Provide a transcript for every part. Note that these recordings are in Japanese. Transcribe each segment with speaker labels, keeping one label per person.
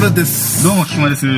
Speaker 1: 倉です。
Speaker 2: どうも菊間です。
Speaker 1: い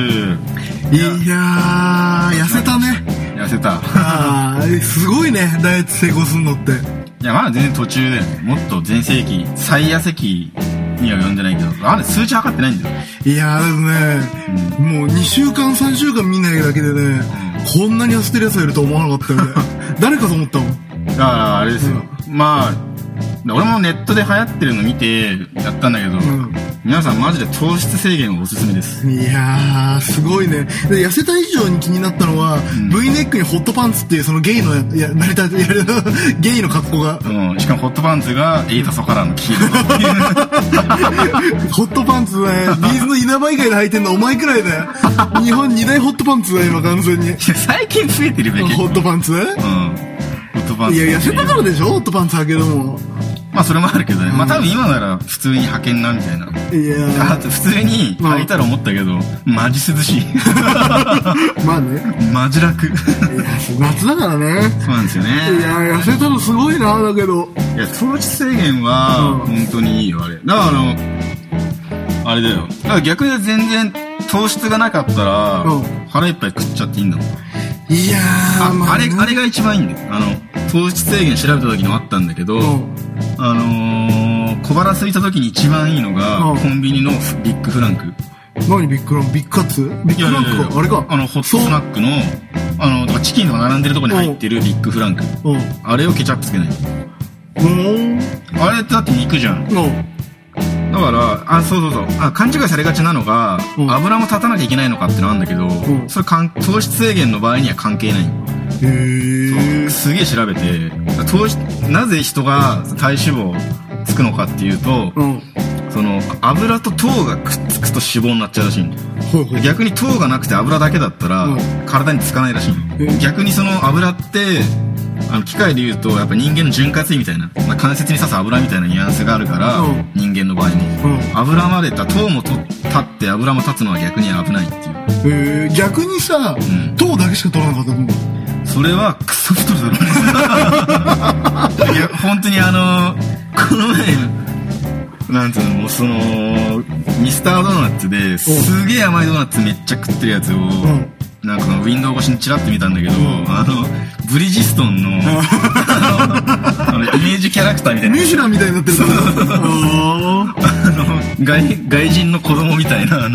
Speaker 1: やー、痩せたね。
Speaker 2: 痩せた。
Speaker 1: すごいね、ダイエット成功するのって。
Speaker 2: いや、まだ全然途中だよね。もっと全盛期、最痩せ期には呼んでないけど、まだ数値測ってないんだよ。
Speaker 1: いやーですね、もう2週間3週間見ないだけでね、こんなに痩せてるやつがいると思わなかったよね。誰かと思ったもん。
Speaker 2: だからあれですよ。まあ俺もネットで流行ってるの見てやったんだけど、皆さんマジで糖質制限はおすすめです。
Speaker 1: いやー、すごいね。で、痩せた以上に気になったのは、V ネックにホットパンツっていうそのゲイの成り立てやるゲイの格好が、
Speaker 2: しかもホットパンツがエイタソカラーの黄色
Speaker 1: ホットパンツね、ビーズの稲葉以外で履いてんのお前くらいだよ。日本2大ホットパンツだよ今完全に。
Speaker 2: 最近増えてるべき。
Speaker 1: ホットパンツ、いや、痩せたからでしょホットパンツ履けるも。
Speaker 2: まあそれもあるけどね。まあ多分今なら普通に履けんなみたいな。いや、あと普通に履いたら思ったけど、マジ涼しい。
Speaker 1: まあね。
Speaker 2: マジ楽。いや、
Speaker 1: 夏だからね。
Speaker 2: そうなんですよね。
Speaker 1: いや、痩せたのすごいな、だけど。
Speaker 2: いや、糖質制限は、本当にいいよ、あれ。だからあれだよ。だから逆に全然糖質がなかったら、腹いっぱい食っちゃっていいんだもん。
Speaker 1: いやー、
Speaker 2: まあ、あれが一番いいんだよ。糖質制限調べた時にもあったんだけど、小腹空いた時に一番いいのが、コンビニのビッグフランク。
Speaker 1: 何ビッグカツビッグフランクか、あれか。
Speaker 2: ホットスナックの、チキンとか並んでるとこに入ってるビッグフランク。あれをケチャップつけない。あれってだって肉じゃん。だから、そう。勘違いされがちなのが、油も立たなきゃいけないのかってのあるんだけど、それ糖質制限の場合には関係ない。すげえ調べて、なぜ人が体脂肪つくのかっていうと、その油と糖がくっつくと脂肪になっちゃうらしいんだよ。逆に糖がなくて油だけだったら、体につかないらしい。逆にその油って、機械で言うとやっぱ人間の潤滑油みたいな、関節に刺す油みたいなニュアンスがあるから、人間の場合も、油までた糖も立って油も立つのは逆に危ないっていう。
Speaker 1: 逆にさ、糖だけしか取らなかったの？
Speaker 2: それはクソ太るだろうね。いや本当にこの前なんていうの、もうそのミスタードーナツですげえ甘いドーナツめっちゃ食ってるやつを、なんかウィンドウ越しにチラッと見たんだけど、ブリヂストンのイメージキャラクターみたいな、
Speaker 1: ミシュランみたいになってる
Speaker 2: 外人の子供みたいな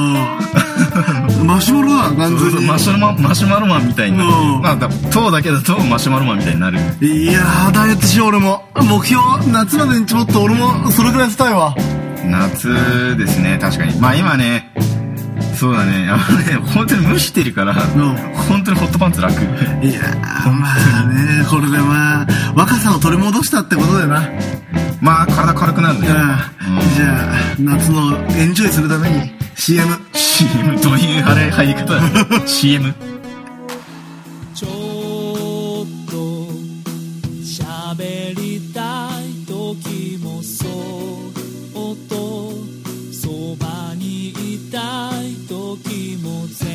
Speaker 1: マシュマロだ、完全に。
Speaker 2: マシュマロマンみたいな。糖だけだとマシュマロマンみたいになる。
Speaker 1: いやー、ダイエットしよう俺も。目標、夏までにちょっと俺もそれくらいしたいわ。
Speaker 2: 夏ですね、確かに。まあ今ね、そうだね、本当に蒸してるから、本当にホットパンツ楽。
Speaker 1: いやー、まあね、これでまあ、若さを取り戻したってことだよな。
Speaker 2: まあ、体軽くなるんだよ。
Speaker 1: じゃあ、夏のエンジョイするために、CM
Speaker 2: どういう入り方だCM
Speaker 3: ちょっと喋りたい時もそっとそばにいたい時も全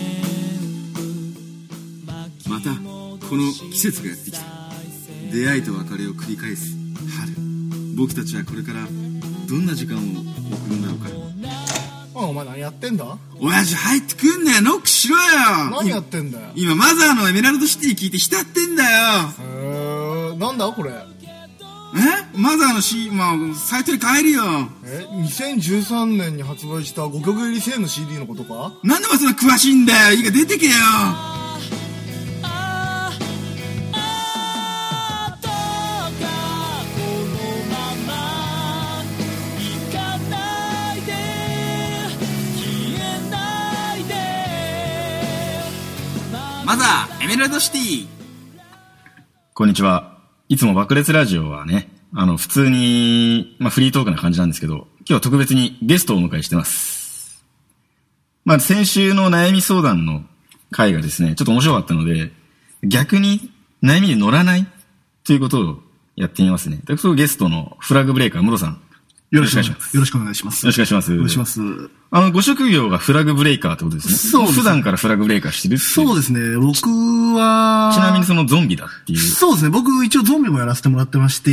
Speaker 3: 部
Speaker 4: またこの季節がやってきた。出会いと別れを繰り返す春。僕たちはこれからどんな時間を送るんだろうか。
Speaker 1: お前何やってんだ？
Speaker 4: 親父入ってくんなよ、ノックしろよ。
Speaker 1: 何やってんだよ。
Speaker 4: 今マザーのエメラルドシティ聞いて浸ってんだよ。
Speaker 1: なんだこれ。
Speaker 4: マザーのサイトに変えるよ。
Speaker 1: 2013年に発売した5曲入り1000の CD のことか？
Speaker 4: なんでお前そんな詳しいんだよ。いいか出てけよ。マザーエメラルドシティ。
Speaker 2: こんにちは。いつも爆裂ラジオはね、普通に、フリートークな感じなんですけど、今日は特別にゲストをお迎えしてます。先週の悩み相談の回がですね、ちょっと面白かったので、逆に悩みに乗らないということをやってみますね。ということでゲストのフラッグブレイカー、ムロさん。
Speaker 5: よろしくお願いします。よろしくお願いします。
Speaker 2: よろしくお願いします。
Speaker 5: お願いします。
Speaker 2: ご職業がフラグブレイカーってことですね。
Speaker 1: そうです。
Speaker 2: 普段からフラグブレイカーしてるっていう。
Speaker 1: そうですね。僕は、
Speaker 2: ちなみにそのゾンビだっていう。
Speaker 1: そうですね。僕一応ゾンビもやらせてもらってまして。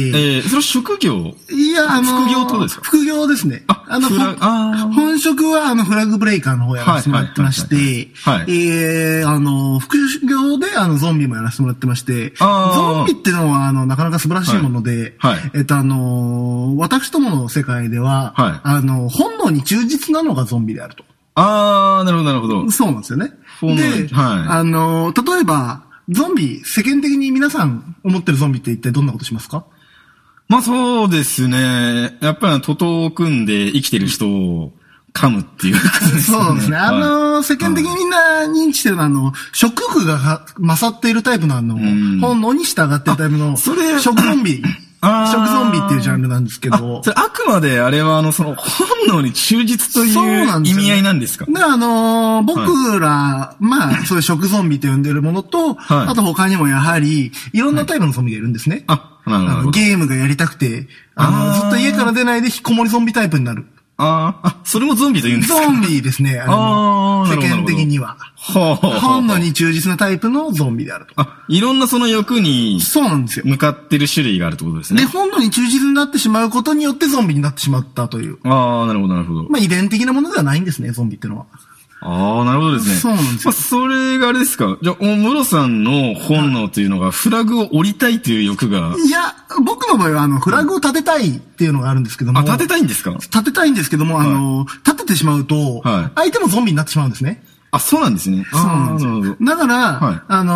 Speaker 2: それは職業？
Speaker 1: いや、
Speaker 2: 副業ってことですか？
Speaker 1: 副業ですね。本職はフラグブレイカーの方やらせてもらってまして、副業でゾンビもやらせてもらってまして、ゾンビっていうのはなかなか素晴らしいもので、私どもの世界では、本能に忠実なのがゾンビであると。
Speaker 2: なるほど、なるほど。
Speaker 1: そうなんですよね。で、例えば、ゾンビ、世間的に皆さん思ってるゾンビって一体どんなことしますか？
Speaker 2: まあそうですね。やっぱり徒党を組んで生きてる人を噛むっていう感じですね。そうですね。
Speaker 1: 世間的にみんな認知してる食欲が勝っているタイプの本能に従っているタイプの、食ゾンビ。食ゾンビっていうジャンルなんですけど。
Speaker 2: それあくまであれは本能に忠実という意味合いなんですか？
Speaker 1: で、僕ら、まあ、そういう食ゾンビと呼んでるものと、あと他にもやはり、いろんなタイプのゾンビがいるんですね。ゲームがやりたくて、ずっと家から出ないで引きこもりゾンビタイプになる。
Speaker 2: それもゾンビと言うんですか？
Speaker 1: ゾンビですね。世間的には。本能に忠実なタイプのゾンビであると。
Speaker 2: いろんなその欲に、そうなんですよ。向かってる種類があるってことですね。
Speaker 1: で、本能に忠実になってしまうことによってゾンビになってしまったという。
Speaker 2: なるほど、なるほど。
Speaker 1: まあ、遺伝的なものではないんですね、ゾンビってのは。
Speaker 2: なるほどですね。
Speaker 1: そうなんですよ。
Speaker 2: それがあれですか？じゃあ、ムロさんの本能というのが、フラグを降りたいという欲が。
Speaker 1: いや、僕の場合は、フラグを立てたいっていうのがあるんですけども。
Speaker 2: 立てたいんですか？
Speaker 1: 立てたいんですけども、立ててしまうと、相手もゾンビになってしまうんですね。
Speaker 2: そうなんですね。
Speaker 1: そうなんですよ。だから、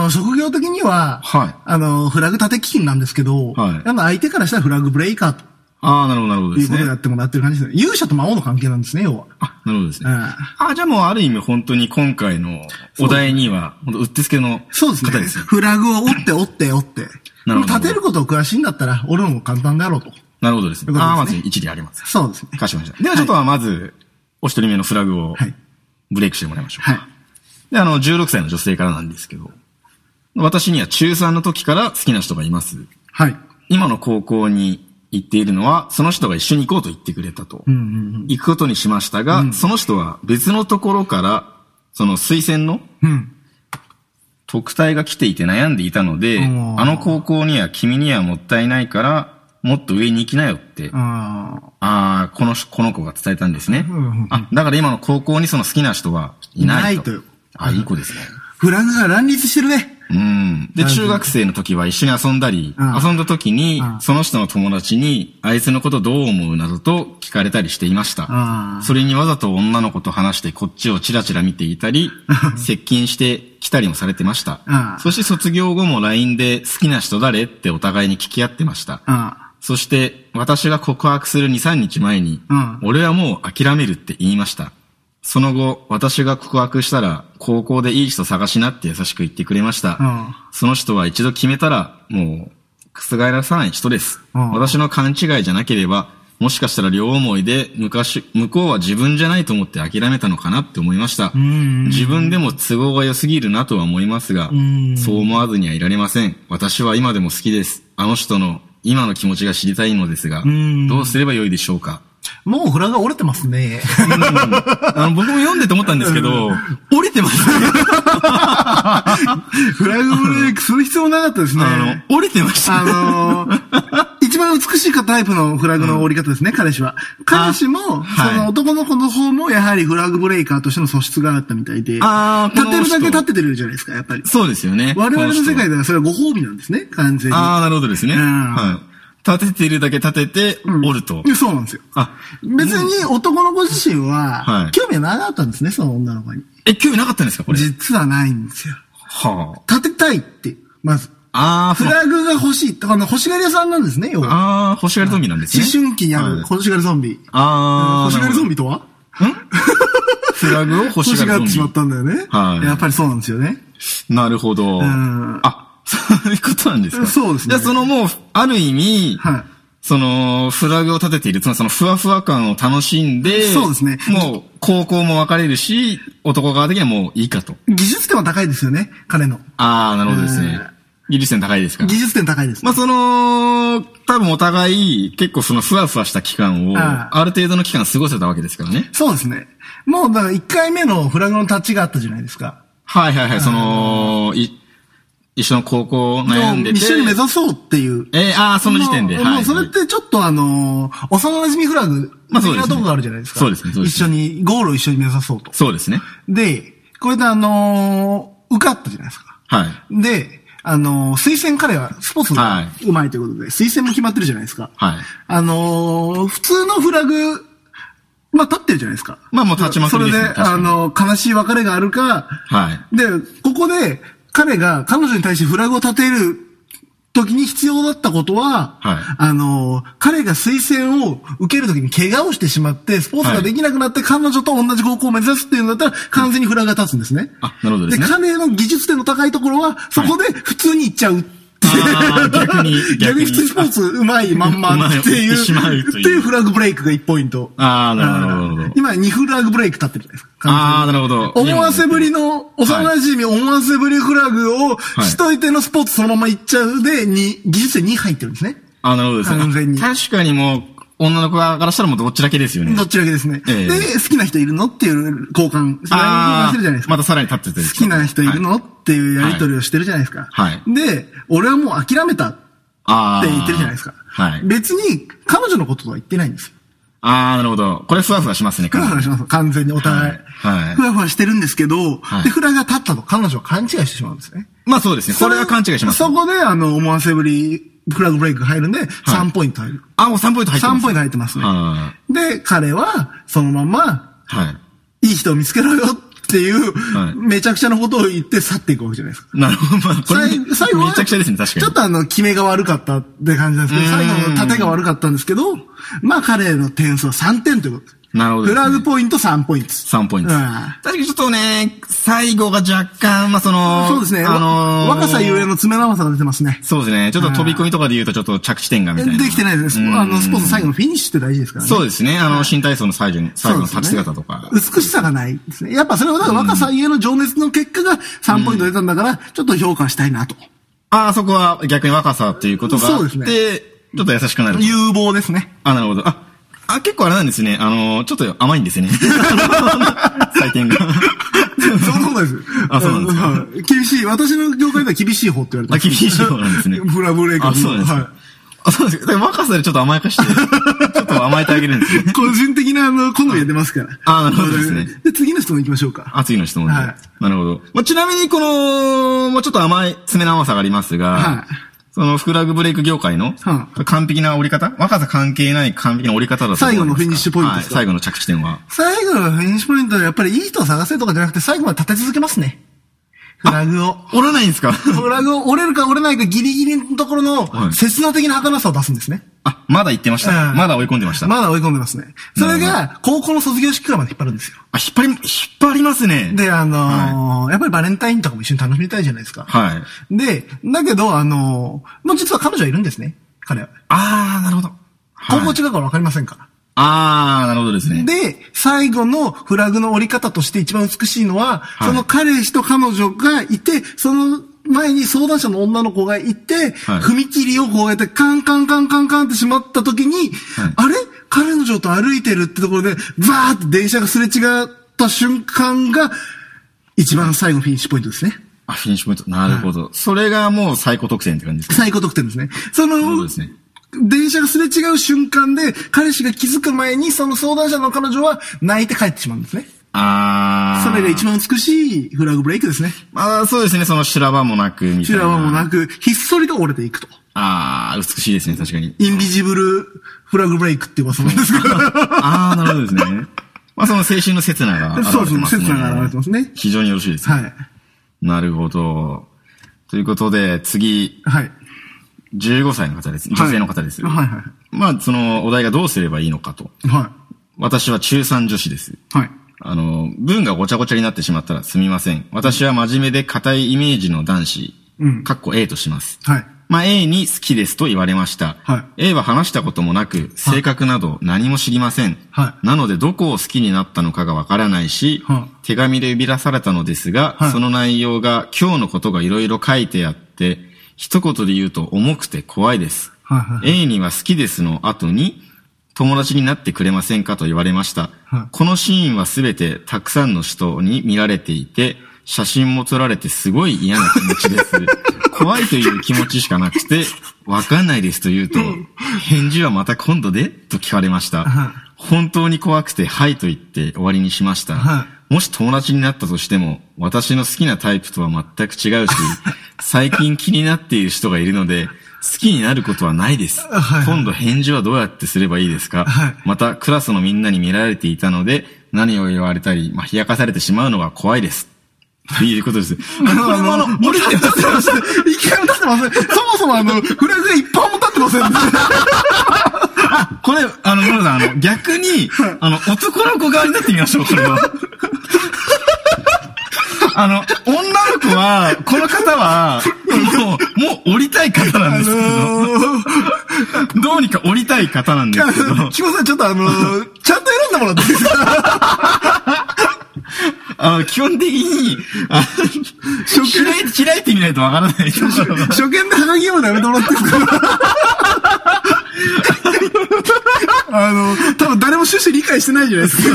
Speaker 1: 職業的には、フラグ立て基金なんですけど、相手からしたらフラグブレイカーと。
Speaker 2: なるほど、なるほどですね。
Speaker 1: いうことをやってもらってる感じですね。勇者と魔王の関係なんですね、要は。
Speaker 2: なるほどですね。じゃあもうある意味本当に今回のお題には、本当うってつけの方ですね。
Speaker 1: そうですね。フラグを折って。立てることを詳しいんだったら、俺も簡単だろうと。
Speaker 2: なるほどですね。まず一理あります。
Speaker 1: そうですね。
Speaker 2: かしました。ではちょっとまず、お一人目のフラグをブレイクしてもらいましょう。で、16歳の女性からなんですけど、私には中3の時から好きな人がいます。今の高校に言っているのは、その人が一緒に行こうと言ってくれたと。行くことにしましたが、その人は別のところから、その推薦の、特待が来ていて悩んでいたので、高校には君にはもったいないから、もっと上に行きなよって、この子が伝えたんですね。だから今の高校にその好きな人はいないと。いい子ですね。
Speaker 1: フラグが乱立してるね。
Speaker 2: で、中学生の時は一緒に遊んだり、遊んだ時に、その人の友達に、あいつのことどう思うなどと聞かれたりしていました。それにわざと女の子と話してこっちをチラチラ見ていたり、接近して来たりもされてました。そして卒業後も LINE で好きな人誰ってお互いに聞き合ってました。そして、私が告白する2、3日前に、俺はもう諦めるって言いました。その後、私が告白したら、高校でいい人探しなって優しく言ってくれました。その人は一度決めたら、もう、覆らさない人です。私の勘違いじゃなければ、もしかしたら両思いで、向こうは自分じゃないと思って諦めたのかなって思いました。自分でも都合が良すぎるなとは思いますが、そう思わずにはいられません。私は今でも好きです。あの人の今の気持ちが知りたいのですが、どうすればよいでしょうか？
Speaker 1: もうフラグが折れてますね。
Speaker 2: 僕も読んでて思ったんですけど、折れてますね。
Speaker 1: フラグブレイクする必要なかったですね。
Speaker 2: 折れてました。
Speaker 1: 一番美しいタイプのフラグの折り方ですね、彼氏は。彼氏も、その男の子の方もやはりフラグブレイカーとしての素質があったみたいで、立てるだけ立ててるじゃないですか、やっぱり。
Speaker 2: そうですよね。
Speaker 1: 我々の世界ではそれはご褒美なんですね、完全に。
Speaker 2: なるほどですね。立てているだけ立てて、折ると。
Speaker 1: そうなんですよ。別に男の子自身は、興味はなかったんですね、その女の子に。
Speaker 2: 興味なかったんですか、これ。
Speaker 1: 実はないんですよ。立てたいって、まず。フラグが欲しい。欲しがり屋さんなんですね、要は。
Speaker 2: 欲しがりゾンビなんですね。
Speaker 1: 思春期にある欲しがりゾンビ。欲しがりゾンビとは
Speaker 2: フラグを欲しが
Speaker 1: ってしまったんだよね。やっぱりそうなんですよね。
Speaker 2: なるほど。そういうことなんですか？
Speaker 1: そうですね。
Speaker 2: じゃあもう、ある意味、その、フラグを立てている、そのふわふわ感を楽しんで、
Speaker 1: そうですね。
Speaker 2: もう、高校も別れるし、男側的にはもういいかと。
Speaker 1: 技術点は高いですよね、彼の。
Speaker 2: なるほどですね。技術点高いですか？
Speaker 1: 技術点高いです。
Speaker 2: 多分お互い、結構そのふわふわした期間を、ある程度の期間過ごせたわけですからね。
Speaker 1: そうですね。 もう、だから1回目のフラグのタッチがあったじゃないですか。
Speaker 2: はいはいはい、一緒の高校悩んでて。
Speaker 1: 一緒に目指そうっていう。
Speaker 2: その時点で。
Speaker 1: もうそれってちょっと幼馴染フラグ的なとこがあるじゃないですか。
Speaker 2: そうですね。
Speaker 1: 一緒に、ゴールを一緒に目指そうと。
Speaker 2: そうですね。
Speaker 1: で、これで受かったじゃないですか。
Speaker 2: はい。
Speaker 1: で、推薦彼はスポーツが上手いということで、推薦も決まってるじゃないですか。
Speaker 2: はい。
Speaker 1: 普通のフラグ、まあ、立ってるじゃないですか。
Speaker 2: まあ、もう立ちまくりですね。
Speaker 1: それで、悲しい別れがあるか、
Speaker 2: はい。
Speaker 1: で、ここで、彼が彼女に対してフラグを立てる時に必要だったことは、
Speaker 2: はい。
Speaker 1: 彼が推薦を受ける時に怪我をしてしまって、スポーツができなくなって彼女と同じ高校を目指すっていうんだったら、完全にフラグが立つんですね。
Speaker 2: なるほどですね。
Speaker 1: で、彼の技術点の高いところは、そこで普通に行っちゃう。
Speaker 2: 逆に
Speaker 1: 普通にスポーツ上手いまんまっていうフラグブレイクが1ポイント。
Speaker 2: なるほど。
Speaker 1: 今2フラグブレイク立ってるじゃないですか。
Speaker 2: なるほど。
Speaker 1: 思わせぶりの、幼馴染思わせぶりフラグをしといてのスポーツそのまま行っちゃうで、技術点2入ってるんですね。
Speaker 2: なるほどですね。
Speaker 1: 完全に。
Speaker 2: 確かにもう、女の子からしたらもうどっちだけですよね。
Speaker 1: どっちだけですね。で、好きな人いるのっていう交換してるじゃないですか。
Speaker 2: またさらに立ってて。
Speaker 1: 好きな人いるのっていうやりとりをしてるじゃないですか。
Speaker 2: はい。
Speaker 1: で、俺はもう諦めたって言ってるじゃないですか。
Speaker 2: はい。
Speaker 1: 別に彼女のこととは言ってないんですよ。
Speaker 2: なるほど。これふわふわしますね。
Speaker 1: ふわふわします。完全にお互い。はい。ふわふわしてるんですけど、で、フラグが立ったと彼女は勘違いしてしまうんですね。
Speaker 2: まあそうですね。これは勘違いします。
Speaker 1: そこで、思わせぶり、フラグブレイクが入るんで、3ポイント入る。
Speaker 2: もう3ポイント入ってます。
Speaker 1: 3ポイント入ってますね。で、彼は、そのまま、いい人を見つけろよっていう、めちゃくちゃなことを言って去っていくわけじゃないですか。
Speaker 2: なるほど。
Speaker 1: 最後は、
Speaker 2: めちゃくちゃですね、確かに。
Speaker 1: ちょっと決めが悪かったって感じなんですけど、最後の縦が悪かったんですけど、まあ彼の点数は3点ということです。
Speaker 2: なるほど、
Speaker 1: フラグポイント3ポイント。
Speaker 2: 3ポイント。確かにちょっとね、最後が若干、
Speaker 1: そうですね。若さゆえの詰め直さが出てますね。
Speaker 2: そうですね。ちょっと飛び込みとかで言うとちょっと着地点がみたいな。
Speaker 1: できてないですね。スポーツ最後のフィニッシュって大事ですからね。
Speaker 2: そうですね。新体操の最後の立ち姿とか。
Speaker 1: 美しさがないですね。やっぱそれは若さゆえの情熱の結果が3ポイント出たんだから、ちょっと評価したいなと。
Speaker 2: そこは逆に若さっていうことがあって、ちょっと優しくなる。
Speaker 1: 有望ですね。
Speaker 2: なるほど。結構あれなんですね。ちょっと甘いんですよね。採点が。
Speaker 1: そうです。
Speaker 2: そうなんですか。
Speaker 1: 厳しい。私の業界では厳しい方って言われてます。
Speaker 2: 厳しい方なんですね。
Speaker 1: フラグブレイク。
Speaker 2: そうなんですか。そうです。若さでちょっと甘やかして、ちょっと甘えてあげるんですね。
Speaker 1: 個人的な好みが出ますから。
Speaker 2: なるほどですね。
Speaker 1: で、次の質問行きましょうか。
Speaker 2: 次の質問で。なるほど。ちなみにもうちょっと甘い詰め直さがありますが、そのフラグブレイク業界の完璧な折り方、若さ関係ない完璧な折り方だと。
Speaker 1: 最後のフィニッシュポイントですか。
Speaker 2: 最後の着地点は。
Speaker 1: 最後のフィニッシュポイントはやっぱりいい人を探せとかじゃなくて最後まで立て続けますね。フラグを。
Speaker 2: 折らないんですか？
Speaker 1: フラグを折れるか折れないかギリギリのところの刹那的な儚さを出すんですね。
Speaker 2: まだ言ってました。まだ追い込んでました。
Speaker 1: まだ追い込んでますね。それが高校の卒業式からまで引っ張るんですよ。
Speaker 2: 引っ張りますね。
Speaker 1: で、やっぱりバレンタインとかも一緒に楽しみたいじゃないですか。
Speaker 2: はい。
Speaker 1: で、だけど、もう実は彼女はいるんですね。彼は。
Speaker 2: なるほど。
Speaker 1: 高校違うからわかりませんから。
Speaker 2: なるほどですね。
Speaker 1: で、最後のフラグの折り方として一番美しいのは、その彼氏と彼女がいて、その前に相談者の女の子がいて、踏切をこうやってカンカンカンカンカンってしまった時に、あれ彼女と歩いてるってところで、バーって電車がすれ違った瞬間が、一番最後のフィニッシュポイントですね。
Speaker 2: フィニッシュポイント。なるほど。それがもう最高得点って感じですか？
Speaker 1: 最高得点ですね。そうですね。電車がすれ違う瞬間で、彼氏が気づく前に、その相談者の彼女は泣いて帰ってしまうんですね。それが一番美しいフラグブレイクですね。
Speaker 2: そうですね。その修羅場もなく、みたいな。
Speaker 1: 修羅場もなく、ひっそりと折れていくと。
Speaker 2: 美しいですね、確かに。
Speaker 1: インビジブルフラグブレイクっていう噂なんですけど。
Speaker 2: なるほどですね。その青春の刹那が現れてますね。そうです、
Speaker 1: 刹那が現れてますね。
Speaker 2: 非常によろしいですね。なるほど。ということで、次。15歳の方です。女性の方です。そのお題がどうすればいいのかと。私は中3女子です。文がごちゃごちゃになってしまったらすみません。私は真面目で固いイメージの男子、A とします。A に好きですと言われました。A は話したこともなく、性格など何も知りません。なのでどこを好きになったのかがわからないし、手紙で呼び出されたのですが、その内容が今日のことがいろいろ書いてあって、一言で言うと重くて怖いです。A には好きですの後に、 友達になってくれませんかと言われました。このシーンはすべてたくさんの人に見られていて、写真も撮られてすごい嫌な気持ちです。怖いという気持ちしかなくて、わかんないですと言うと、返事はまた今度でと聞かれました。本当に怖くて、はいと言って終わりにしました。もし友達になったとしても、私の好きなタイプとは全く違うし、最近気になっている人がいるので、好きになることはないです。今度返事はどうやってすればいいですか？また、クラスのみんなに見られていたので、何を言われたり、冷やかされてしまうのが怖いです。っていうことです。これも漏れてます。
Speaker 1: 一回も立ってません。そもそもフラグが一本も立ってません。
Speaker 2: これ、野田さん、逆に、男の子側になってみましょう、これは。女の子は、この方は、もう降りたい方なんですけど、どうにか降りたい方なんですけど。
Speaker 1: キモさん、ちょっとちゃんと選んでもらっていいですか？
Speaker 2: 基本的に、開いてみないとわからない。
Speaker 1: 初見でハガキ読むのやめてもらっていいですか？多分誰も趣旨理解してないじゃないです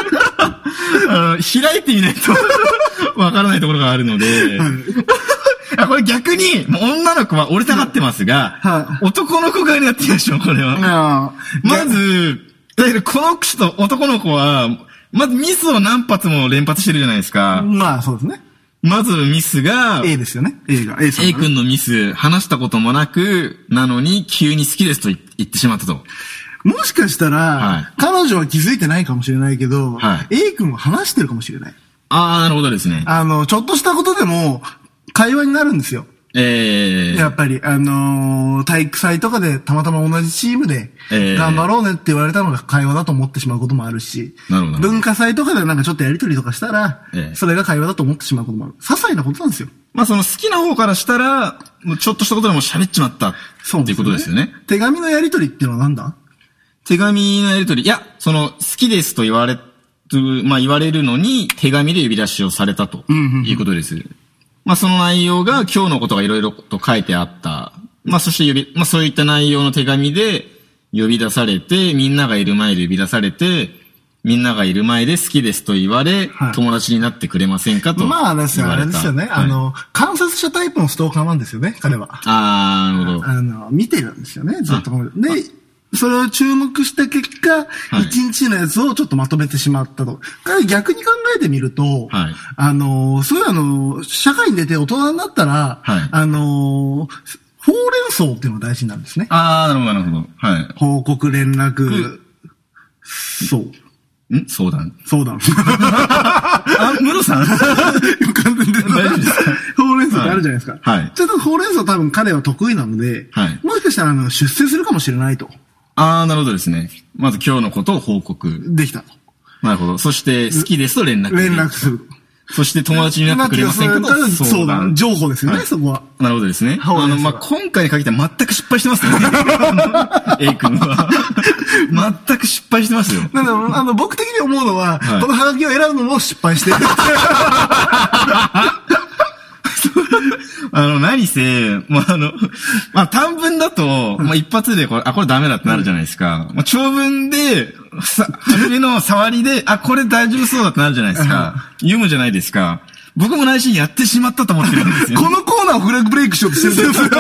Speaker 2: か。開いてみないとわからないところがあるので、これ逆に、女の子は降りたがってますが、男の子側になってみましょう、これは。まず、だけどこの人と男の子は、まずミスを何発も連発してるじゃないですか。
Speaker 1: まあ、そうですね。
Speaker 2: まずミスが、
Speaker 1: A ですよね。A が。
Speaker 2: A 君のミス、話したこともなく、なのに急に好きですと言ってしまったと。
Speaker 1: もしかしたら、彼女は気づいてないかもしれないけど、A 君は話してるかもしれない。
Speaker 2: なるほどですね。
Speaker 1: ちょっとしたことでも、会話になるんですよ。やっぱり、体育祭とかでたまたま同じチームで、頑張ろうねって言われたのが会話だと思ってしまうこともあるし、文化祭とかでなんかちょっとやりとりとかしたら、それが会話だと思ってしまうこともある。些細なことなんですよ。
Speaker 2: その好きな方からしたら、ちょっとしたことでも喋っちまったっていうことですよね。
Speaker 1: 手紙のやりとりっていうのはなんだ？
Speaker 2: 手紙のやりとり、いや、好きですと言われるのに手紙で呼び出しをされたということです。その内容が今日のことがいろいろと書いてあった。そしてそういった内容の手紙で呼び出されて、みんながいる前で呼び出されて、みんながいる前で好きですと言われ、友達になってくれませんかと言われた。
Speaker 1: あれですよね。観察者タイプのストーカーなんですよね、彼は。
Speaker 2: なるほ
Speaker 1: ど。見てるんですよね、ずっと。で、それを注目した結果、一日のやつをちょっとまとめてしまったと。逆に考えてみると、そういう社会に出て大人になったら、ほうれん草っていうのが大事になるんですね。
Speaker 2: なるほど。
Speaker 1: 報告、連絡、そう。
Speaker 2: 相談。
Speaker 1: ムロさん完全に大丈夫ですか？ほうれん草ってあるじゃないですか。ちょっとほうれん草多分彼は得意なので、もしかしたら出世するかもしれないと。
Speaker 2: なるほどですね。まず今日のことを報告。
Speaker 1: できたと。
Speaker 2: なるほど。そして好きですと連絡。
Speaker 1: 連絡する。
Speaker 2: そして友達になってくれませんかと
Speaker 1: 相談。情報ですよね、そこは。
Speaker 2: なるほどですね。今回に限っては全く失敗してますよね。A 君は。全く失敗してますよ。
Speaker 1: 僕的に思うのは、このハガキを選ぶのも失敗してる。
Speaker 2: 何せ、短文だと、一発でこれダメだってなるじゃないですか。長文で、初めの触りで、これ大丈夫そうだってなるじゃないですか。読むじゃないですか。僕も内心やってしまったと思ってるんですよ。
Speaker 1: このコーナーをフラグブレイクしようとしてるんですよ。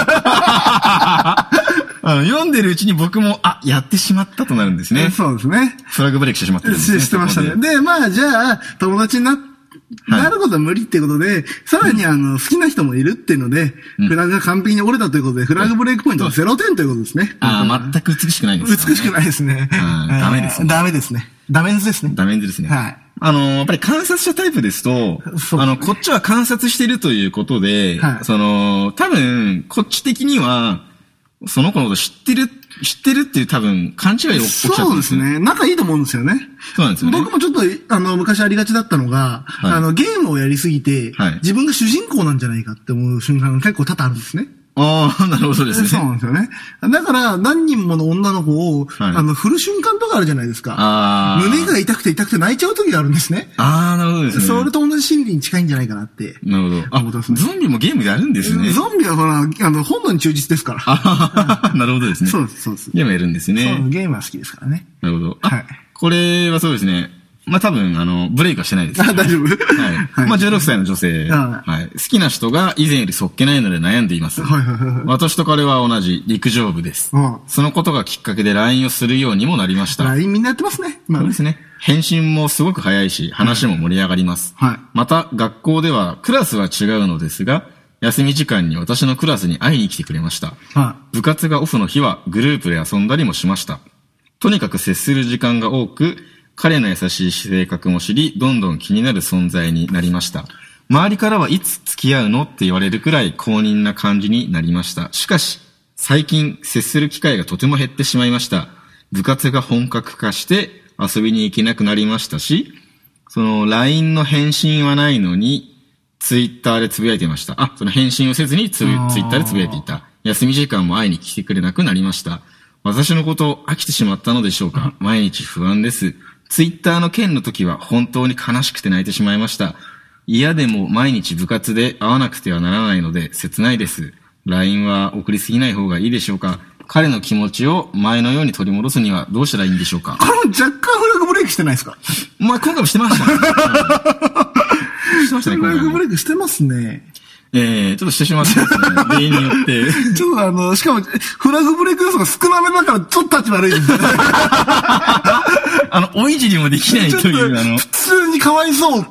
Speaker 2: 読んでるうちに僕も、やってしまったとなるんですね。
Speaker 1: そうですね。
Speaker 2: フラグブレイクしてしまってるんですね。
Speaker 1: してましたね。で、じゃあ、友達になることは無理っていうことで、さらに好きな人もいるっていうので、フラグが完璧に折れたということで、フラグブレイクポイントは0点ということですね。
Speaker 2: 全く美しくないですね。
Speaker 1: 美しくないですね。
Speaker 2: ダメですね。
Speaker 1: ダメですね。ダメンズですね。
Speaker 2: ダメンズですね。やっぱり観察者タイプですと、こっちは観察してるということで、多分、こっち的には、その子のこと知ってるっていう多分勘違いを起きちゃったんですね。
Speaker 1: そうですね。仲いいと思うんですよね。
Speaker 2: そうなんですよね。
Speaker 1: 僕もちょっと、昔ありがちだったのが、ゲームをやりすぎて、自分が主人公なんじゃないかって思う瞬間が結構多々あるんですね。
Speaker 2: ああ、なるほどですね。
Speaker 1: そうなんですよね。だから、何人もの女の子を、振る瞬間とかあるじゃないですか。胸が痛くて泣いちゃう時があるんですね。
Speaker 2: なるほどですね。
Speaker 1: それと同じ心理に近いんじゃないかなって。
Speaker 2: なるほど。ゾンビもゲームでやるんですね。
Speaker 1: ゾンビは本能に忠実ですから 。
Speaker 2: なるほどですね。
Speaker 1: そうです、そうです。
Speaker 2: ゲームやるんですね。
Speaker 1: そう、ゲームは好きですからね。
Speaker 2: なるほど。はい。これはそうですね。多分、ブレイクはしてないです。
Speaker 1: 大丈夫。はい。
Speaker 2: 16歳の女性。はい。好きな人が以前よりそっけないので悩んでいます。私と彼は同じ陸上部です。そのことがきっかけで LINE をするようにもなりました。
Speaker 1: LINE みんなやってますね。
Speaker 2: そうですね。返信もすごく早いし、話も盛り上がります。はい。また、学校ではクラスは違うのですが、休み時間に私のクラスに会いに来てくれました。はい。部活がオフの日はグループで遊んだりもしました。とにかく接する時間が多く、彼の優しい性格も知り、どんどん気になる存在になりました。周りからはいつ付き合うのって言われるくらい公認な感じになりました。しかし、最近接する機会がとても減ってしまいました。部活が本格化して遊びに行けなくなりましたし、LINE の返信はないのに、Twitter でつぶやいていました。その返信をせずにTwitter でつぶやいていた。休み時間も会いに来てくれなくなりました。私のこと飽きてしまったのでしょうか。毎日不安です。ツイッターの件の時は本当に悲しくて泣いてしまいました。嫌でも毎日部活で会わなくてはならないので切ないです。LINE は送りすぎない方がいいでしょうか。彼の気持ちを前のように取り戻すにはどうしたらいいんでしょうか。
Speaker 1: これも若干フラグブレイクしてないですか？
Speaker 2: 今回もしてましたね。してましたね、
Speaker 1: フラグブレイクしてますね。
Speaker 2: ちょっとしてしまってますね。原因によって。
Speaker 1: ちょっとしかも、フラグブレイク要素が少なめだから、ちょっと立ち悪いですね。
Speaker 2: おいじりもできないという、
Speaker 1: 普通にかわいそう。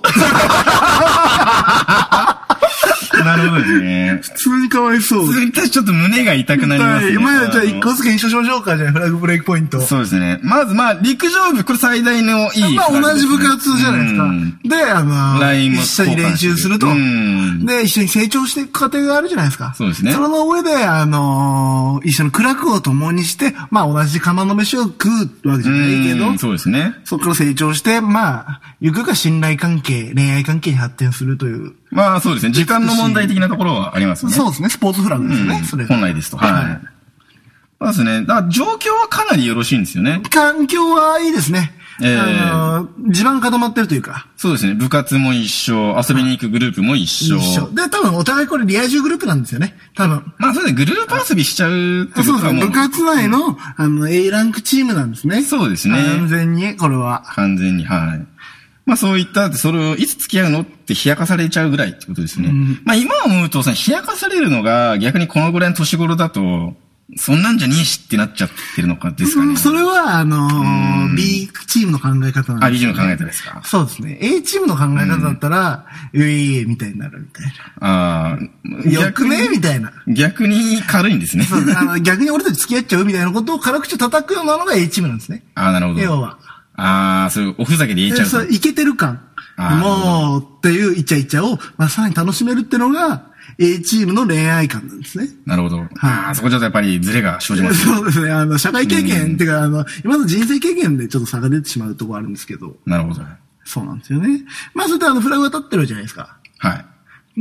Speaker 2: なるほどですね。
Speaker 1: 普通にかわいそう。
Speaker 2: 普通にちょっと胸が痛くなりますね。
Speaker 1: じゃあ一個ずつ検証しましょうか、じゃあフラグブレイクポイント。
Speaker 2: そうですね。まず陸上部、これ最大のいい。
Speaker 1: 同じ部活じゃないですか。で、一緒に練習すると。で、一緒に成長していく過程があるじゃないですか。
Speaker 2: そうですね。
Speaker 1: その上で、一緒に苦楽を共にして、同じ釜の飯を食うわけじゃないけど。
Speaker 2: そうですね。
Speaker 1: そこから成長して、ゆくゆくは信頼関係、恋愛関係に発展するという。
Speaker 2: そうですね。時間の問題的なところはありますね。
Speaker 1: そうですね。スポーツフラグですね。それ
Speaker 2: 本来ですと。はい。そうですね。だから状況はかなりよろしいんですよね。
Speaker 1: 環境はいいですね。地盤固まってるというか。
Speaker 2: そうですね。部活も一緒、遊びに行くグループも一緒。
Speaker 1: で、多分お互いこれリア充グループなんですよね。多分。
Speaker 2: そうですね。グループ遊びしちゃうって
Speaker 1: ことはそうですね。部活内の、A ランクチームなんですね。
Speaker 2: そうですね。
Speaker 1: 完全に、これは。
Speaker 2: 完全に、はい。そういった、それをいつ付き合うのって冷やかされちゃうぐらいってことですね。今思うと冷やかされるのが逆にこのぐらいの年頃だと、そんなんじゃねえしってなっちゃってるのかですかね。
Speaker 1: それは、B チームの考え方なんです。
Speaker 2: B チームの考え方ですか。
Speaker 1: そうですね。A チームの考え方だったら、みたいになるみたいな。よくねみたいな。
Speaker 2: 逆に軽いんですね。
Speaker 1: そう逆に俺たち付き合っちゃうみたいなことを辛口を叩くようなのが A チームなんですね。
Speaker 2: なるほど。
Speaker 1: 要は。
Speaker 2: そういうおふざけで言えちゃう。
Speaker 1: そう、イケてる感。もう、っていうイチャイチャを、さらに楽しめるってのが、A チームの恋愛観なんですね。
Speaker 2: なるほど。そこちょっとやっぱりズレが生じます
Speaker 1: ね。そうですね。社会経験、っていうか、今の人生経験でちょっと差が出てしまうところあるんですけど。
Speaker 2: なるほど。
Speaker 1: そうなんですよね。それでフラグが立ってるじゃないですか。
Speaker 2: はい。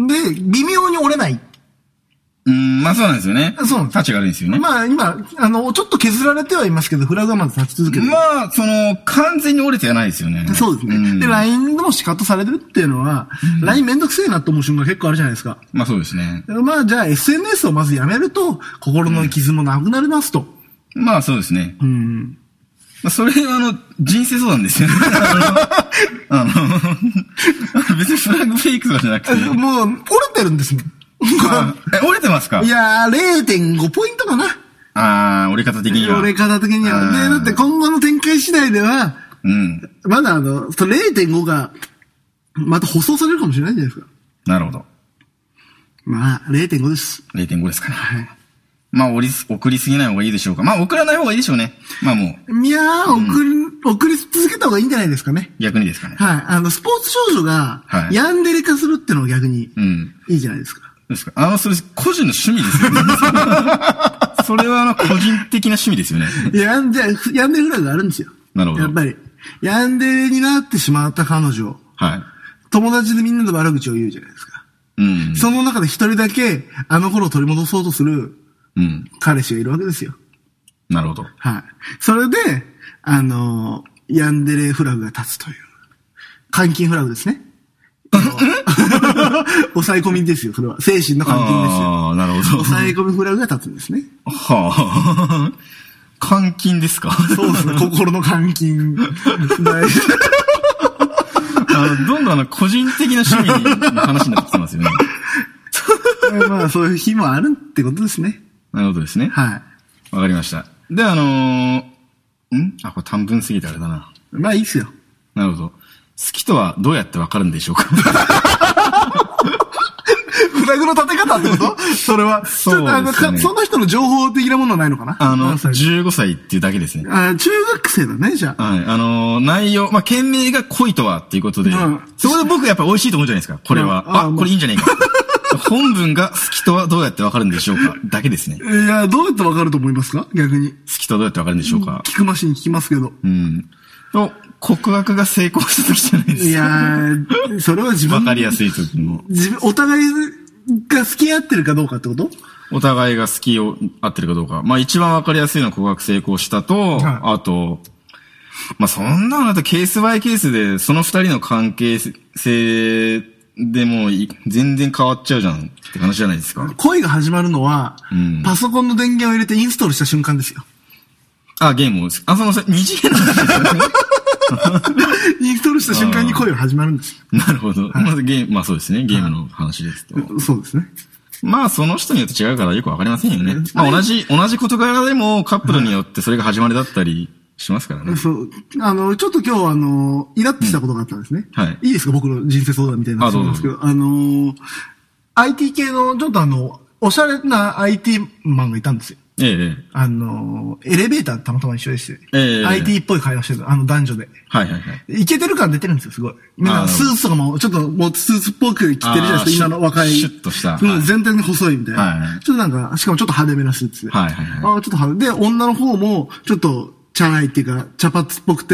Speaker 1: で、微妙に折れない。
Speaker 2: そうなんですよね。そうなんです。立ちが悪いんですよね。
Speaker 1: 今、ちょっと削られてはいますけど、フラグはまだ立ち続けてる。
Speaker 2: 完全に折れてはないですよね。
Speaker 1: そうですね。で、LINE でも仕方されてるっていうのは、LINE めんどくせえなって思う瞬間結構あるじゃないですか。
Speaker 2: そうですね。
Speaker 1: じゃあ SNS をまずやめると、心の傷もなくなりますと。
Speaker 2: そうですね。それは人生相談ですよね。別にフラグフェイクとかじゃなくて。
Speaker 1: もう、折れてるんですもん。
Speaker 2: 折れてますか？
Speaker 1: いやー、0.5 ポイントかな。
Speaker 2: 折れ方的には。
Speaker 1: 折れ方的には。で、だって今後の展開次第では、まだ0.5 が、また舗装されるかもしれないじゃないですか。
Speaker 2: なるほど。
Speaker 1: 0.5 です。
Speaker 2: 0.5 ですかね。はい。送りすぎない方がいいでしょうか。送らない方がいいでしょうね。もう。
Speaker 1: いやー、送り続けた方がいいんじゃないですかね。
Speaker 2: 逆にですかね。
Speaker 1: はい。スポーツ少女が、ヤンデレ化するってのが逆に、いいじゃないですか。
Speaker 2: ですか。それ、個人の趣味ですよね。それは個人的な趣味ですよね。
Speaker 1: ヤンデレフラグがあるんですよ。
Speaker 2: なるほど。
Speaker 1: やっぱり。ヤンデレになってしまった彼女。はい。友達でみんなの悪口を言うじゃないですか。 その中で一人だけ、あの頃を取り戻そうとする、彼氏がいるわけですよ。
Speaker 2: なるほど。
Speaker 1: はい。それで、ヤンデレフラグが立つという。監禁フラグですね。抑え込みですよ、それは。精神の監禁ですよ。
Speaker 2: ああ、なるほど。
Speaker 1: 抑え込みフラグが立つんですね。
Speaker 2: はあ。監禁ですか？
Speaker 1: そうですね、心の監禁。
Speaker 2: どんどん個人的な趣味の話になってきてますよね。
Speaker 1: まあ、そういう日もあるってことですね。
Speaker 2: なるほどですね。
Speaker 1: はい。
Speaker 2: わかりました。で、これ短文すぎてあれだな。
Speaker 1: まあいいっすよ。
Speaker 2: なるほど。好きとはどうやってわかるんでしょうか？
Speaker 1: フラグの立て方ってことそれは。
Speaker 2: そうですね。
Speaker 1: その人の情報的なものはないのかな
Speaker 2: 15歳っていうだけですね。
Speaker 1: 中学生だね、じゃあ。
Speaker 2: はい。内容、件名が恋とはっていうことで、そこで僕やっぱ美味しいと思うじゃないですか、これは。これいいんじゃないか。本文が好きとはどうやってわかるんでしょうかだけですね。
Speaker 1: いや、どうやってわかると思いますか逆に。
Speaker 2: 好きとはどうやってわかるんでしょうか
Speaker 1: 聞くマシン聞きますけど。
Speaker 2: 告白が成功した時じゃないですか。
Speaker 1: いやー、それは自分。
Speaker 2: わかりやすい時も。
Speaker 1: お互いが付き合ってるかどうかってこと？
Speaker 2: お互いが好きを合ってるかどうか。一番わかりやすいのは告白成功したと、あと、そんなのだとケースバイケースで、その二人の関係性でもう全然変わっちゃうじゃんって話じゃないですか。
Speaker 1: 恋が始まるのは、パソコンの電源を入れてインストールした瞬間ですよ。
Speaker 2: ゲームを。二次元の話ですよね。
Speaker 1: インストールした瞬間に恋が始まるんですよ。
Speaker 2: なるほど。そうですね。ゲームの話ですと。
Speaker 1: そうですね。
Speaker 2: その人によって違うからよくわかりませんよね。同じ事柄でもカップルによってそれが始まりだったりしますからね。
Speaker 1: そう。ちょっと今日イラッとしたことがあったんですね。はい。いいですか僕の人生相談みたいな話なんですけど。IT 系の、ちょっとおしゃれな IT マンがいたんですよ。エレベーターたまたま一緒でして。IT っぽい会話してる。男女で。
Speaker 2: はいはいはい。
Speaker 1: イケてる感出てるんですよ、すごい。スーツとかも、ちょっともうスーツっぽく着てるじゃないですか、今の若い。
Speaker 2: シュッとした。
Speaker 1: 全体に細いみたいな。ちょっとしかもちょっと派手めなスーツで。はいはいはい。ちょっと派手で、女の方も、ちょっと、チャラいっていうか、茶髪っぽくて。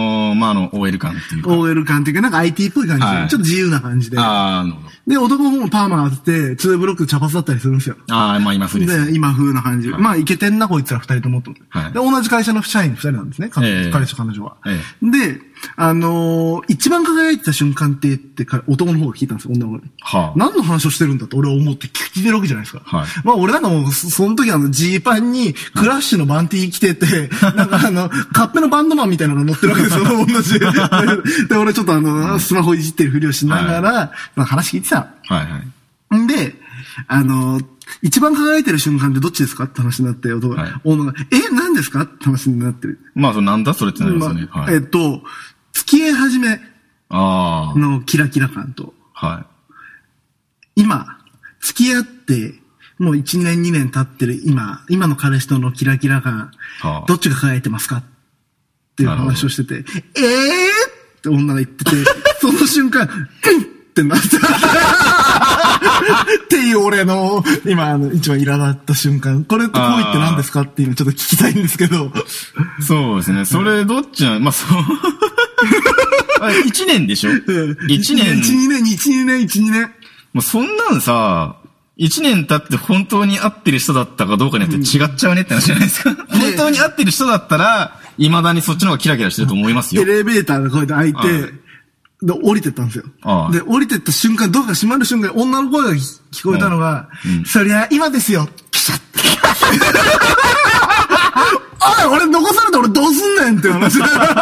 Speaker 2: OL 感っていうか。
Speaker 1: OL 感っていうか、IT っぽい感じで、ちょっと自由な感じで。
Speaker 2: なるほど。
Speaker 1: で、男の方もパーマ当てて、2ブロックで茶髪だったりするんですよ。
Speaker 2: 今風です。
Speaker 1: で、今風な感じ。イケてんな、こいつら二人ともと。で、同じ会社の社員二人なんですね。彼氏と彼女は。で、一番輝いてた瞬間って言って男の方が聞いたんですよ、女の子に。何の話をしてるんだって俺は思って聞いてるわけじゃないですか。俺なんかもう、その時ジーパンにクラッシュのバンティー着てて、カッペのバンドマンみたいなのが乗ってるわけですよ、同じ。で、俺ちょっとスマホいじってるふりをしながら、話聞いてた。んで、一番輝いてる瞬間ってどっちですかって話になって、男が、何ですかって話になってる。
Speaker 2: なんだそれってなりますよね。
Speaker 1: 付き合い始めのキラキラ感と、今、付き合って、もう1年2年経ってる今の彼氏とのキラキラ感、どっちが輝いてますかっていう話をしてて、って女が言ってて、その瞬間、ってなってっていう俺の、今一番苛立った瞬間。これって恋って何ですかっていうのちょっと聞きたいんですけど。
Speaker 2: そうですね。それどっちなの1年でしょ ?1 年。
Speaker 1: 1、2年。
Speaker 2: そんなんさ、1年経って本当に会ってる人だったかどうかによって違っちゃうねって話じゃないですか。本当に会ってる人だったら、未だにそっちの方がキラキラしてると思いますよ。
Speaker 1: エレベーターがこうやって開いて、で、降りてったんですよ。で、降りてった瞬間、ドアが閉まる瞬間に女の声が聞こえたのが、そりゃ、今ですよ。ピシャッて。おい、俺残されて俺どうすんねんって話。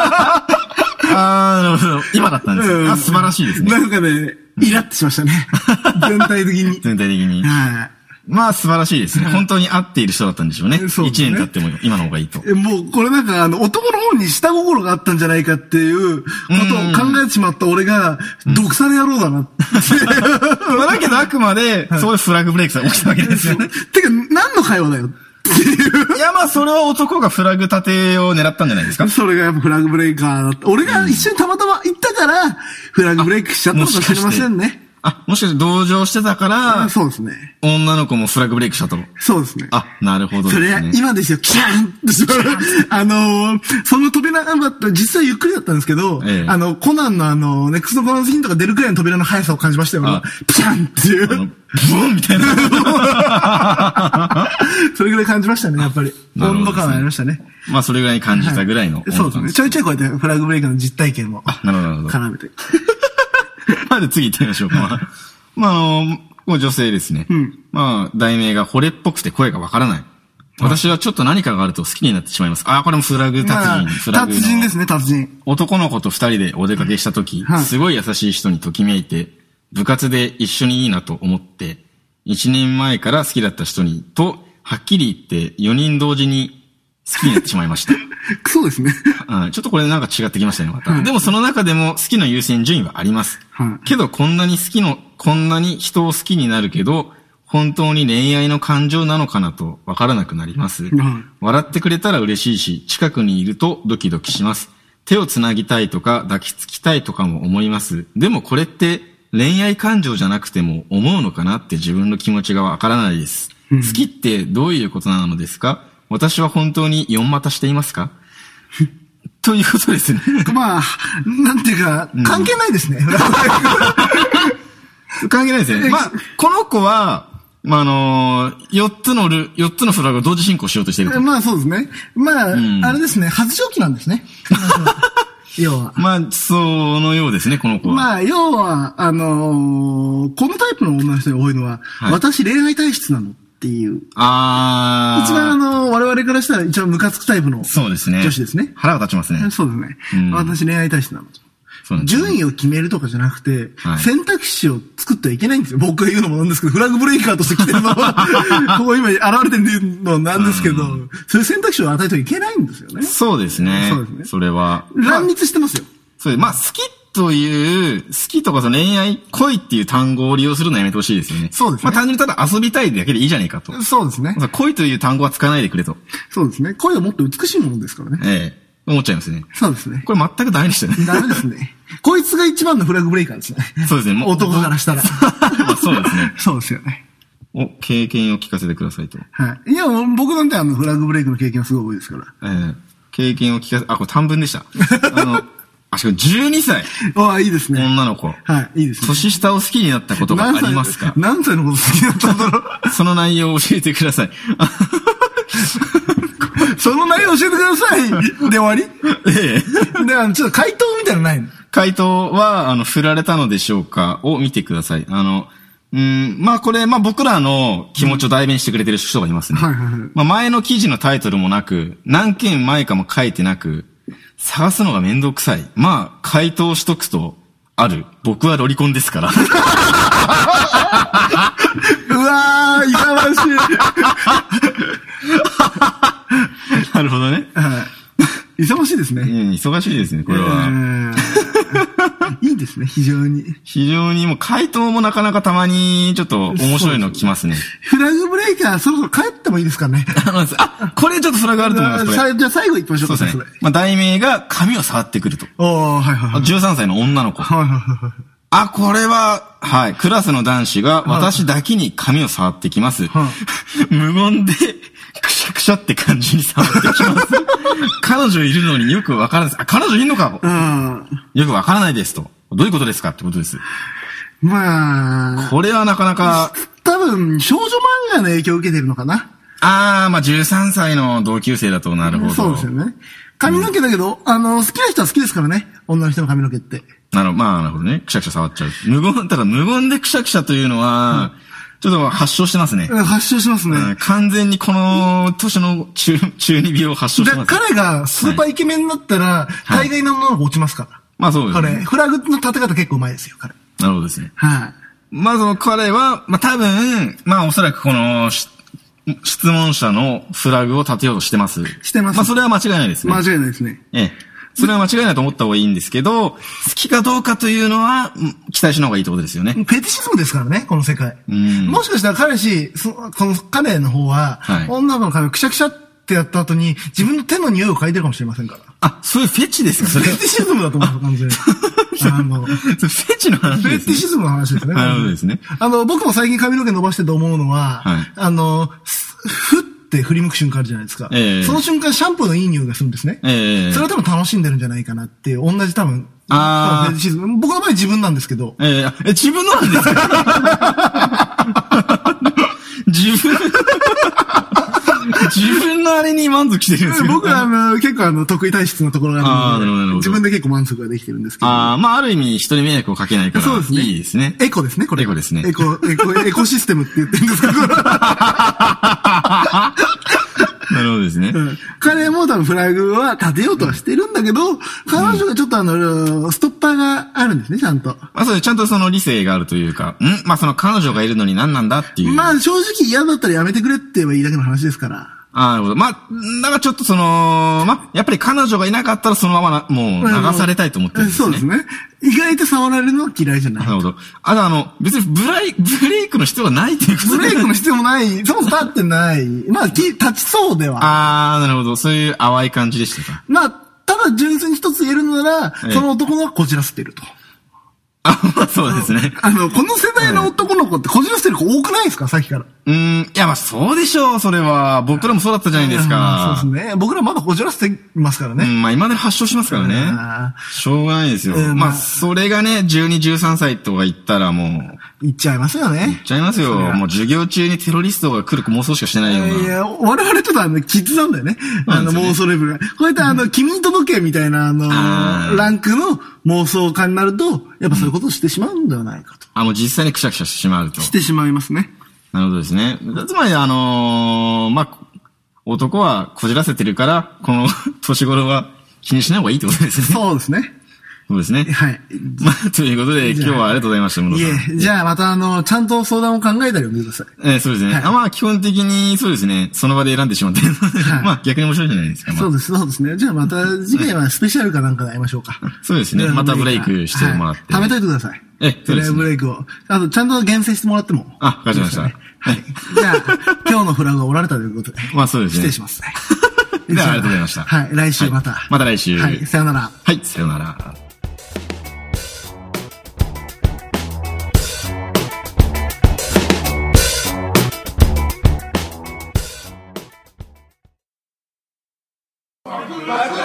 Speaker 2: なるほど。今だったんですよ。素晴らしいですね。
Speaker 1: なんかね、イラッとしましたね。全体的に。
Speaker 2: 全体的に。素晴らしいですね。本当に合っている人だったんでしょうね。1年経っても今の方がいいと。
Speaker 1: もう、これなんか男の方に下心があったんじゃないかっていうことを考えてしまった俺が、毒され野郎だなって。
Speaker 2: だけどあくまで、そういうフラグブレイクが起きたわけですよね。
Speaker 1: てか、何の会話だよ。
Speaker 2: いや、それは男がフラグ立てを狙ったんじゃないですか。
Speaker 1: それがやっぱフラグブレイカーだった。俺が一緒にたまたま行ったから、フラグブレイクしちゃったのかもしれませんね。
Speaker 2: あ、もしかして同情してたから、
Speaker 1: そうですね。
Speaker 2: 女の子もフラグブレイクしたと。
Speaker 1: そうですね。
Speaker 2: あ、なるほどですね。
Speaker 1: それ、今ですよ、キャンってしまう。その扉が、実際ゆっくりだったんですけど、コナンのネクストコナンスキンとか出るくらいの扉の速さを感じましたよ。ピャンっていう。ブ
Speaker 2: ンみたいな。
Speaker 1: それぐらい感じましたね、やっぱり。温度感はありましたね。
Speaker 2: まあ、それぐらいに感じたぐらいの。
Speaker 1: そうですね。ちょいちょいこうやってフラグブレイクの実体験も。
Speaker 2: なるほど。
Speaker 1: 絡めて。
Speaker 2: まず次行ってみましょうか。女性ですね。題名が惚れっぽくて声がわからない。私はちょっと何かがあると好きになってしまいます。これもフラグ達人。
Speaker 1: 達人ですね、達人。
Speaker 2: 男の子と二人でお出かけしたとき、すごい優しい人にときめいて、部活で一緒にいいなと思って、1年前から好きだった人に、はっきり言って4人同時に好きになってしまいました。
Speaker 1: そうですね。
Speaker 2: ちょっとこれなんか違ってきましたね、また。でもその中でも好きの優先順位はあります。けどこんなに人を好きになるけど、本当に恋愛の感情なのかなとわからなくなります。笑ってくれたら嬉しいし、近くにいるとドキドキします。手をつなぎたいとか抱きつきたいとかも思います。でもこれって恋愛感情じゃなくても思うのかなって自分の気持ちがわからないです。好きってどういうことなのですか？私は本当に4股していますか？ということですね。
Speaker 1: なんていうか、関係ないですね。
Speaker 2: 関係ないですね。この子は、4つのフラグを同時進行しようとしていると。
Speaker 1: そうですね。あれですね、発情期なんですね。要は。
Speaker 2: そのようですね、この子は。
Speaker 1: 要は、このタイプの女の人に多いのは、私恋愛体質なのっていう。一番我々からしたら一番ムカつくタイプの女子ですね。
Speaker 2: 腹が立ちますね。
Speaker 1: そうですね。私恋愛体質なの。順位を決めるとかじゃなくて、選択肢を作ってはいけないんですよ。僕が言うのもなんですけど、フラグブレイカーとして来てるのは、ここ今現れてるのなんですけど、そういう選択肢を与えてはいけないんですよね。
Speaker 2: そうですね。そうですね。それは。
Speaker 1: 乱立してますよ。
Speaker 2: 好きとか恋愛、恋っていう単語を利用するのやめてほしいですよね。
Speaker 1: そうですね。
Speaker 2: 単純にただ遊びたいだけでいいじゃねえかと。
Speaker 1: そうですね。
Speaker 2: 恋という単語は使わないでくれと。
Speaker 1: そうですね。恋はもっと美しいものですからね。
Speaker 2: 思っちゃいますね。
Speaker 1: そうですね。
Speaker 2: これ全くダメでしたね。
Speaker 1: ダメですね。こいつが一番のフラグブレイカーですね。
Speaker 2: そうですね。
Speaker 1: 男からしたら。
Speaker 2: そうですね。
Speaker 1: そうですよね。
Speaker 2: 経験を聞かせてくださいと。
Speaker 1: いや、僕なんてフラグブレイクの経験はすごい多いですから。
Speaker 2: 経験を聞かせ、これ短文でした。しかも12歳。
Speaker 1: いいですね。
Speaker 2: 女の子。
Speaker 1: いいですね。
Speaker 2: 年下を好きになったことがありますか？
Speaker 1: 何歳のこと好きになったんだろう。
Speaker 2: その内容を教えてください。
Speaker 1: その内容教えてくださいで終わり？で、ちょっと回答みたいなのないの？
Speaker 2: 回答は、振られたのでしょうかを見てください。これ、僕らの気持ちを代弁してくれてる人がいますね。前の記事のタイトルもなく、何件前かも書いてなく、探すのがめんどくさい。回答しとくと、僕はロリコンですから。
Speaker 1: うわー、いかまし
Speaker 2: い。なるほどね。
Speaker 1: 忙しいですね。
Speaker 2: 忙しいですね、これは。
Speaker 1: いいですね、非常に。
Speaker 2: 非常にもう回答もなかなかたまにちょっと面白いの来ますね。
Speaker 1: フラグブレイカーそろそろ帰ってもいいですかね。
Speaker 2: これちょっとフラグあると思います。
Speaker 1: じゃあ最後行きましょうか。
Speaker 2: そうですね。題名が髪を触ってくると。13歳の女の子。これは、クラスの男子が私だけに髪を触ってきます。無言で、くしゃくしゃって感じに触ってきます。彼女いるのによくわからないです。彼女いるのかよくわからないですと。どういうことですかってことです。これはなかなか。
Speaker 1: 多分、少女漫画の影響を受けてるのかな。
Speaker 2: 13歳の同級生だとなるほど。
Speaker 1: そうですよね。髪の毛だけど、好きな人は好きですからね。女の人の髪の毛って。
Speaker 2: なるほどね。くしゃくしゃ触っちゃう。無言でくしゃくしゃというのは、ちょっと発症してますね。
Speaker 1: 発症しますね。
Speaker 2: 完全にこの年の中二病を発症してます。
Speaker 1: 彼がスーパーイケメンになったら、大概の女の子落ちますから。
Speaker 2: そうですね。
Speaker 1: フラグの立て方結構うまいですよ、彼。
Speaker 2: なるほどですね。彼は、多分、おそらくこの、質問者のフラグを立てようとしてます。
Speaker 1: してます。
Speaker 2: それは間違いないですね。
Speaker 1: 間違いないですね。
Speaker 2: それは間違いないと思った方がいいんですけど、好きかどうかというのは、期待しない方がいいってことですよね。
Speaker 1: フェティシズムですからね、この世界。もしかしたらこの彼の方は、女の子の髪をくしゃくしゃってやった後に、自分の手の匂いを嗅いでるかもしれませんから。
Speaker 2: そういうフェチですか、それ。
Speaker 1: フェティシズムだと思う、完全に。
Speaker 2: フフェチの話ですね。
Speaker 1: フェティシズムの話ですね。
Speaker 2: なるほどですね。
Speaker 1: 僕も最近髪の毛伸ばしてて思うのは、ふって振り向く瞬間あるじゃないですか。その瞬間シャンプーのいい匂いがするんですね。それは多分楽しんでるんじゃないかなっていう、同じ多分、フェティシズム。僕の場合自分なんですけど。
Speaker 2: 自分のなんですか自分のあれに満足してるんですけど。
Speaker 1: 僕は結構得意体質のところがあるので、自分で結構満足ができてるんですけど。
Speaker 2: ある意味人に迷惑をかけないから。そうですね。いいですね。
Speaker 1: エコですね、これ。
Speaker 2: エコですね。
Speaker 1: エコシステムって言ってるんですけど。
Speaker 2: なるほどですね。
Speaker 1: 彼も多分フラグは立てようとはしてるんだけど、彼女がちょっとストッパーがあるんですね、ちゃんと。
Speaker 2: そうちゃんとその理性があるというか、その彼女がいるのに何なんだっていう。
Speaker 1: 正直嫌だったらやめてくれって言えばいいだけの話ですから。
Speaker 2: なるほど。だからちょっとやっぱり彼女がいなかったらそのままもう流されたいと思ってるんですね。
Speaker 1: そうですね。意外と触られるのは嫌いじゃない。
Speaker 2: なるほど。別にブレイクの必要はないっていうこと
Speaker 1: ブレイクの必要もない。そもそも立ってない。立ちそうでは。
Speaker 2: なるほど。そういう淡い感じでしたか。
Speaker 1: ただ純粋に一つ言えるのなら、その男の子がこじらせてると。
Speaker 2: そうですね。
Speaker 1: この世代の男の子ってこじらせてる子多くないですか、さっきから。
Speaker 2: いや、そうでしょう、それは。僕らもそうだったじゃないですか。
Speaker 1: そうですね。僕らまだこじらせてますからね。
Speaker 2: 今で発症しますからね。しょうがないですよ。それがね、12、13歳とか言ったらもう。
Speaker 1: 言っちゃいますよね。
Speaker 2: 言っちゃいますよ。もう授業中にテロリストが来る妄想しかしてないような。
Speaker 1: いや、我々ちょっとキッズなんだよね。妄想レベルが。こうやって君に届けみたいなランクの妄想家になると、やっぱそういうことをしてしまうんではないかと。
Speaker 2: もう実際にくしゃくしゃしてしまうと。
Speaker 1: してしまいますね。
Speaker 2: なるほどですね。つまり男はこじらせてるから、この年頃は気にしない方がいいってことですね。
Speaker 1: そうですね。
Speaker 2: そうですね。
Speaker 1: はい。
Speaker 2: ということで、今日はありがとうございました、室田さん。
Speaker 1: じゃあまたちゃんと相談を考えたりお願いください。
Speaker 2: そうですね。基本的にそうですね、その場で選んでしまって、逆に面白いじゃないですか。
Speaker 1: そうですね。じゃあまた次回はスペシャルかなんかで会いましょうか。
Speaker 2: そうですね。またブレイクしてもらって。
Speaker 1: 貯めといてください。
Speaker 2: そうですね。
Speaker 1: ブレイクを。ちゃんと厳選してもらっても。
Speaker 2: わかりました。
Speaker 1: はい。じゃあ、今日のフラグがおられたということで。
Speaker 2: そうですね。
Speaker 1: 失礼します。
Speaker 2: では、ありがとうございました。
Speaker 1: はい。来週また。
Speaker 2: また来週。
Speaker 1: はい。さよなら。
Speaker 2: はい。さよなら。
Speaker 1: バイバイ。